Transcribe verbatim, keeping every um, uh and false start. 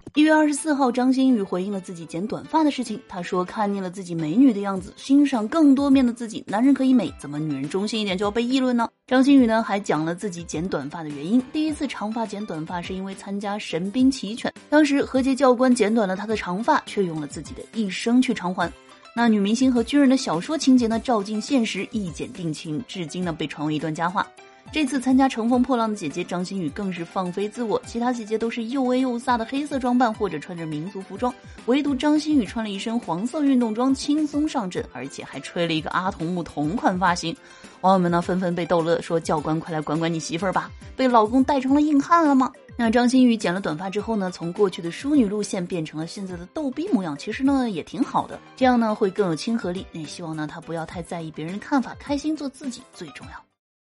一月二十四号，张馨予回应了自己剪短发的事情。她说看腻了自己美女的样子，欣赏更多面的自己。男人可以美，怎么女人中性一点就要被议论呢？张馨予呢还讲了自己剪短发的原因。第一次长发剪短发是因为参加神兵奇犬，当时何洁教官剪短了她的长发，却用了自己的一生去偿还。那女明星和军人的小说情节呢照进现实，一剪定情，至今呢被传为一段佳话。这次参加乘风破浪的姐姐张馨予更是放飞自我，其他姐姐都是又 A 又飒的黑色装扮或者穿着民族服装，唯独张馨予穿了一身黄色运动装轻松上阵，而且还吹了一个阿童木同款发型。网友们呢纷纷被逗乐，说教官快来管管你媳妇儿吧，被老公带成了硬汉了吗？那张馨予剪了短发之后呢，从过去的淑女路线变成了现在的逗逼模样，其实呢也挺好的，这样呢会更有亲和力。也希望呢她不要太在意别人的看法，开心做自己最重要。